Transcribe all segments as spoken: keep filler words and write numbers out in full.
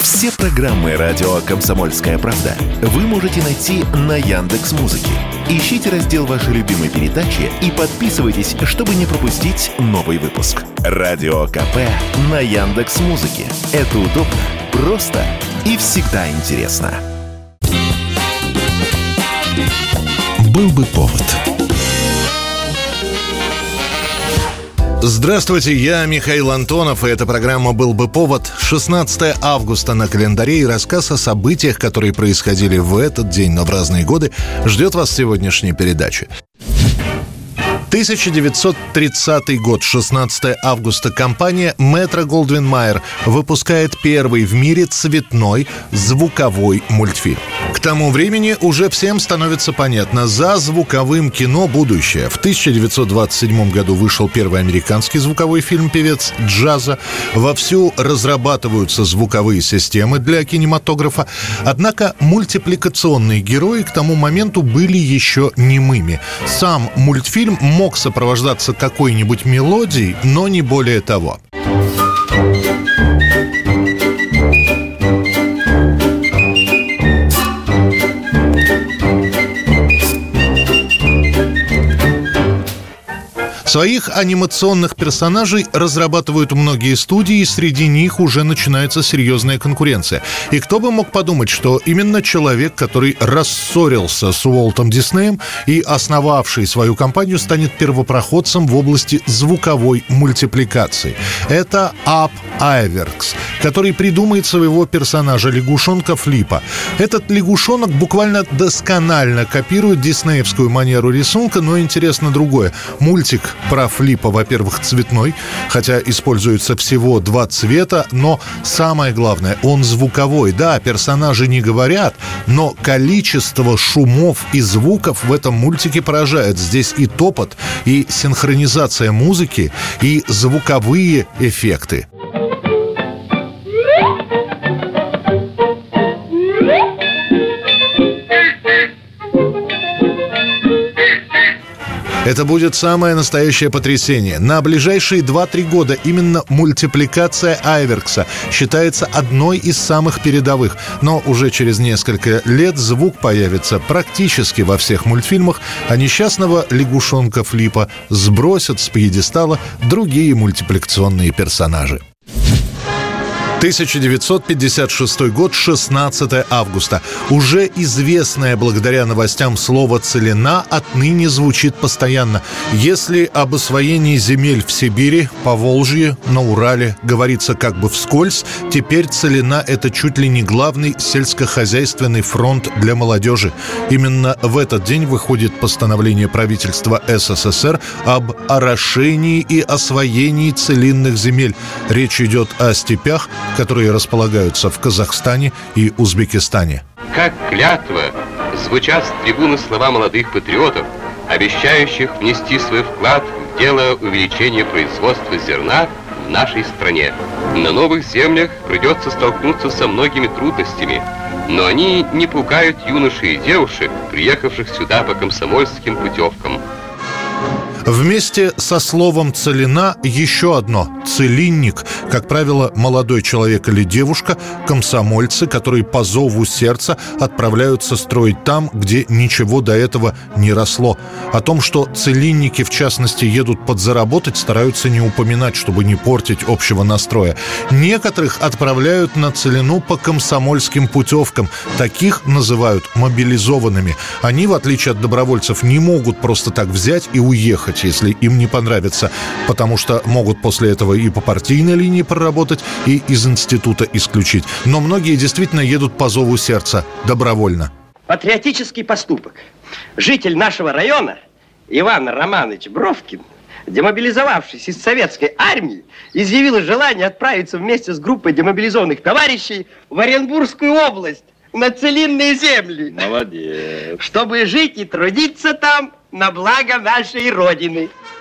Все программы радио «Комсомольская правда» вы можете найти на Яндекс.Музыке. Ищите раздел вашей любимой передачи и подписывайтесь, чтобы не пропустить новый выпуск. Радио КП на Яндекс.Музыке. Это удобно, просто и всегда интересно. Был бы повод. Здравствуйте, я Михаил Антонов, и эта программа «Был бы повод». шестнадцатое августа на календаре, и рассказ о событиях, которые происходили в этот день, но в разные годы, ждет вас в сегодняшней передаче. тысяча девятьсот тридцатый год, шестнадцатое августа. Компания Метро-Голдвин-Майер выпускает первый в мире цветной звуковой мультфильм. К тому времени уже всем становится понятно, за звуковым кино будущее. В тысяча девятьсот двадцать седьмом году вышел первый американский звуковой фильм «Певец джаза». Вовсю разрабатываются звуковые системы для кинематографа. Однако мультипликационные герои к тому моменту были еще немыми. Сам мультфильм мог сопровождаться какой-нибудь мелодией, но не более того. Своих анимационных персонажей разрабатывают многие студии, и среди них уже начинается серьезная конкуренция. И кто бы мог подумать, что именно человек, который рассорился с Уолтом Диснеем и основавший свою компанию, станет первопроходцем в области звуковой мультипликации. Это Аб Айверкс, который придумает своего персонажа лягушонка Флипа. Этот лягушонок буквально досконально копирует диснеевскую манеру рисунка, но интересно другое. Мультик про Флипа, во-первых, цветной, хотя используется всего два цвета, но самое главное, он звуковой. Да, персонажи не говорят, но количество шумов и звуков в этом мультике поражает. Здесь и топот, и синхронизация музыки, и звуковые эффекты. Это будет самое настоящее потрясение. На ближайшие два-три года именно мультипликация Айверкса считается одной из самых передовых. Но уже через несколько лет звук появится практически во всех мультфильмах, а несчастного лягушонка Флипа сбросят с пьедестала другие мультипликационные персонажи. тысяча девятьсот пятьдесят шестой год, шестнадцатое августа. Уже известное благодаря новостям слово «целина» отныне звучит постоянно. Если об освоении земель в Сибири, Поволжье, на Урале говорится как бы вскользь, теперь целина — это чуть ли не главный сельскохозяйственный фронт для молодежи. Именно в этот день выходит постановление правительства СССР об орошении и освоении целинных земель. Речь идет о степях, которые располагаются в Казахстане и Узбекистане. Как клятва звучат с трибуны слова молодых патриотов, обещающих внести свой вклад в дело увеличения производства зерна в нашей стране. На новых землях придется столкнуться со многими трудностями, но они не пугают юношей и девушек, приехавших сюда по комсомольским путевкам. Вместе со словом «целина» еще одно – «целинник». Как правило, молодой человек или девушка – комсомольцы, которые по зову сердца отправляются строить там, где ничего до этого не росло. О том, что целинники, в частности, едут подзаработать, стараются не упоминать, чтобы не портить общего настроя. Некоторых отправляют на целину по комсомольским путевкам. Таких называют мобилизованными. Они, в отличие от добровольцев, не могут просто так взять и уехать, если им не понравится, потому что могут после этого и по партийной линии проработать, и из института исключить. Но многие действительно едут по зову сердца, добровольно. Патриотический поступок. Житель нашего района Иван Романович Бровкин, демобилизовавшись из советской армии, изъявил желание отправиться вместе с группой демобилизованных товарищей в Оренбургскую область, на целинные земли. Молодец. Чтобы жить и трудиться там на благо нашей Родины.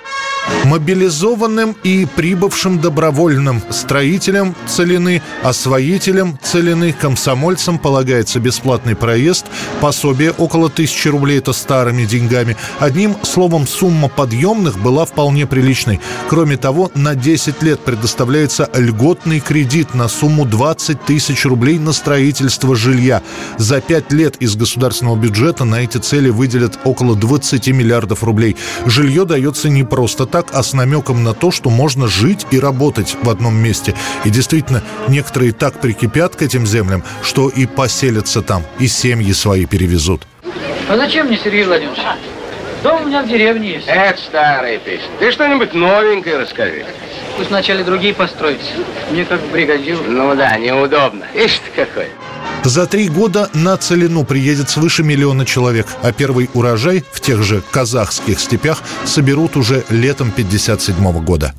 Мобилизованным и прибывшим добровольным строителям Целины, освоителям Целины, комсомольцам полагается бесплатный проезд, пособие около тысячи рублей, это старыми деньгами. Одним словом, сумма подъемных была вполне приличной. Кроме того, на десять лет предоставляется льготный кредит на сумму двадцать тысяч рублей на строительство жилья. За пять лет из государственного бюджета на эти цели выделят около двадцать миллиардов рублей. Жилье дается не просто так, а с намеком на то, что можно жить и работать в одном месте. И действительно, некоторые так прикипят к этим землям, что и поселятся там, и семьи свои перевезут. А зачем мне, Сергей Владимирович? Дом у меня в деревне есть. Это старая песня. Ты что-нибудь новенькое расскажи. Пусть вначале другие построить. Мне как бригадиру. Ну да, неудобно. Ишь ты какой. За три года на Целину приедет свыше миллиона человек, а первый урожай в тех же казахских степях соберут уже летом пятьдесят седьмого года.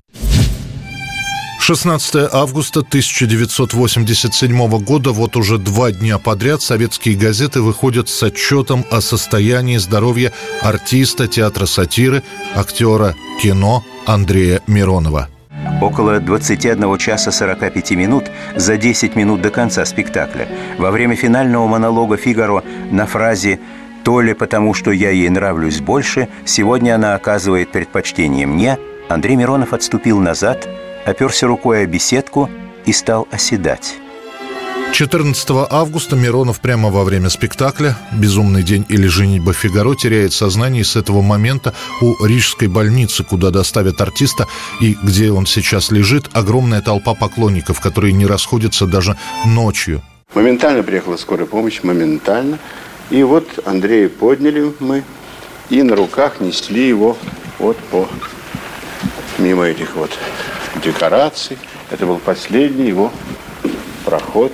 шестнадцатое августа тысяча девятьсот восемьдесят седьмого года, вот уже два дня подряд советские газеты выходят с отчетом о состоянии здоровья артиста театра сатиры, актера кино Андрея Миронова. Около двадцати одного часа сорока пяти минут, за десять минут до конца спектакля, во время финального монолога Фигаро на фразе «То ли потому, что я ей нравлюсь больше, сегодня она оказывает предпочтение мне», Андрей Миронов отступил назад, оперся рукой о беседку и стал оседать. четырнадцатого августа Миронов прямо во время спектакля «Безумный день» или «Женитьба Фигаро» теряет сознание, и с этого момента у Рижской больницы, куда доставят артиста и где он сейчас лежит, огромная толпа поклонников, которые не расходятся даже ночью. Моментально приехала скорая помощь, моментально. И вот Андрея подняли мы и на руках несли его вот по мимо этих вот декораций. Это был последний его проход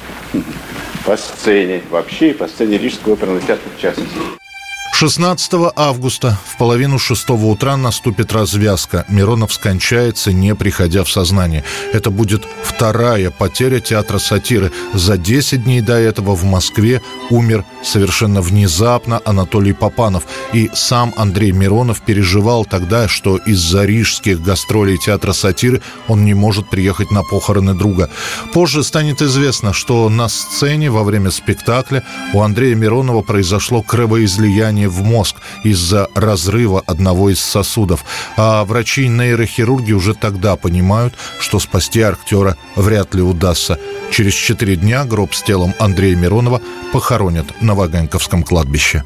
по сцене вообще и по сцене Рижского оперного театра в частности. шестнадцатого августа в половину шестого утра наступит развязка. Миронов скончается, не приходя в сознание. Это будет вторая потеря театра сатиры. За десять дней до этого в Москве умер совершенно внезапно Анатолий Папанов. И сам Андрей Миронов переживал тогда, что из-за рижских гастролей театра сатиры он не может приехать на похороны друга. Позже станет известно, что на сцене во время спектакля у Андрея Миронова произошло кровоизлияние в мозг из-за разрыва одного из сосудов. А врачи-нейрохирурги уже тогда понимают, что спасти актера вряд ли удастся. Через четыре дня гроб с телом Андрея Миронова похоронят на Ваганьковском кладбище.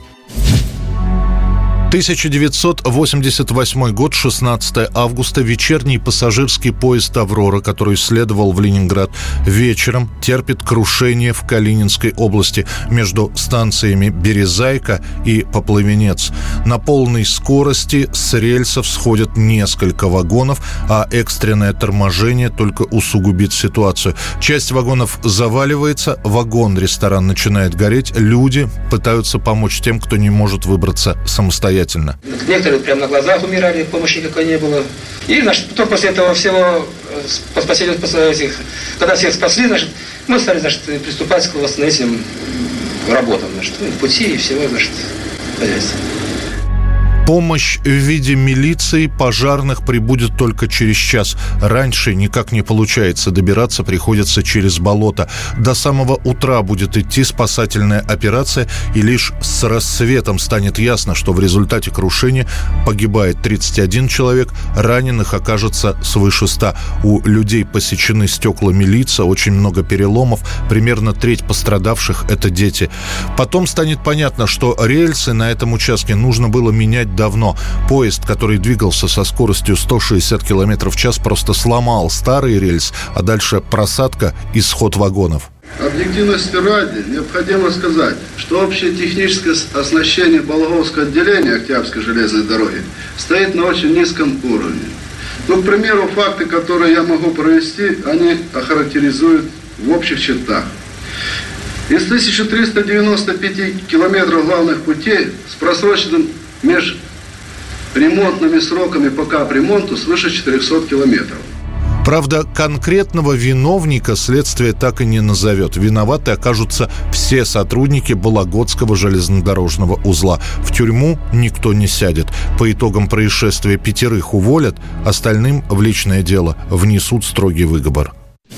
тысяча девятьсот восемьдесят восьмой год, шестнадцатое августа, вечерний пассажирский поезд «Аврора», который следовал в Ленинград вечером, терпит крушение в Калининской области между станциями Березайка и Поплавенец. На полной скорости с рельсов сходят несколько вагонов, а экстренное торможение только усугубит ситуацию. Часть вагонов заваливается, вагон-ресторан начинает гореть, люди пытаются помочь тем, кто не может выбраться самостоятельно. Некоторые прямо на глазах умирали, помощи никакой не было. И, значит, только после этого всего, спасения, когда всех спасли, значит, мы стали, значит, приступать к восстановительным работам, значит, пути и всего, значит, хозяйства. Помощь в виде милиции, пожарных прибудет только через час. Раньше никак не получается добираться, приходится через болото. До самого утра будет идти спасательная операция, и лишь с рассветом станет ясно, что в результате крушения погибает тридцать один человек, раненых окажется свыше ста. У людей посечены стеклами лица, очень много переломов, примерно треть пострадавших – это дети. Потом станет понятно, что рельсы на этом участке нужно было менять давно. Поезд, который двигался со скоростью сто шестьдесят километров в час, просто сломал старый рельс, а дальше просадка и сход вагонов. Объективности ради необходимо сказать, что общее техническое оснащение Болговского отделения Октябрьской железной дороги стоит на очень низком уровне. Ну, к примеру, факты, которые я могу провести, они охарактеризуют в общих чертах. Из тысячи трёхсот девяноста пяти километров главных путей с просроченным межремонтными сроками по капремонту свыше четырехсот километров. Правда, конкретного виновника следствие так и не назовет. Виноваты окажутся все сотрудники Вологодского железнодорожного узла. В тюрьму никто не сядет. По итогам происшествия пятерых уволят, остальным в личное дело внесут строгий выговор.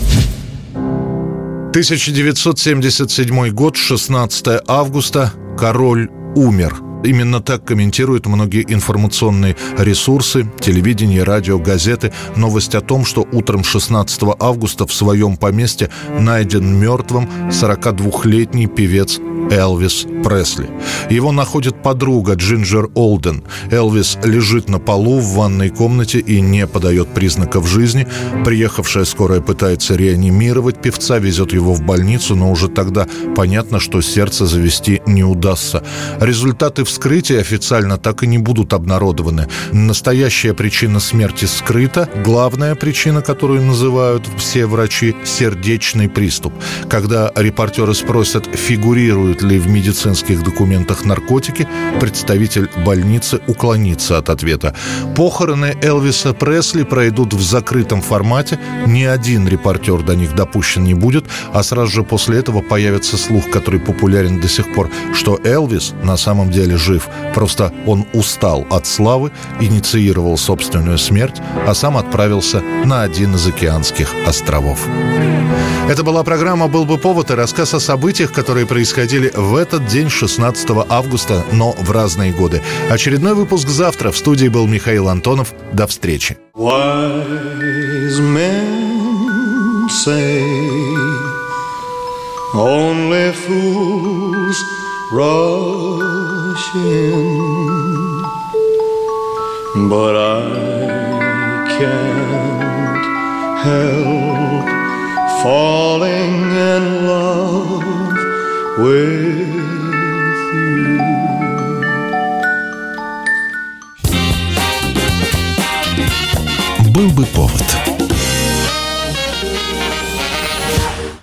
тысяча девятьсот семьдесят седьмой год, шестнадцатое августа. Король умер. Именно так комментируют многие информационные ресурсы, телевидение, радио, газеты. Новость о том, что утром шестнадцатого августа в своем поместье найден мертвым сорокадвухлетний певец Элвис Пресли. Его находит подруга Джинджер Олден. Элвис лежит на полу в ванной комнате и не подает признаков жизни. Приехавшая скорая пытается реанимировать певца, везет его в больницу, но уже тогда понятно, что сердце завести не удастся. Результаты вскрытия официально так и не будут обнародованы. Настоящая причина смерти скрыта. Главная причина, которую называют все врачи, сердечный приступ. Когда репортеры спросят, фигурируют ли в медицинских документах наркотики, представитель больницы уклонится от ответа. Похороны Элвиса Пресли пройдут в закрытом формате. Ни один репортер до них допущен не будет, а сразу же после этого появится слух, который популярен до сих пор, что Элвис на самом деле жив. Просто он устал от славы, инициировал собственную смерть, а сам отправился на один из океанских островов. Это была программа «Был бы повод» и рассказ о событиях, которые происходили в этот день, шестнадцатого августа, но в разные годы. Очередной выпуск завтра. В студии был Михаил Антонов. До встречи. Wise men say only fools rush in, but I can't help falling in love with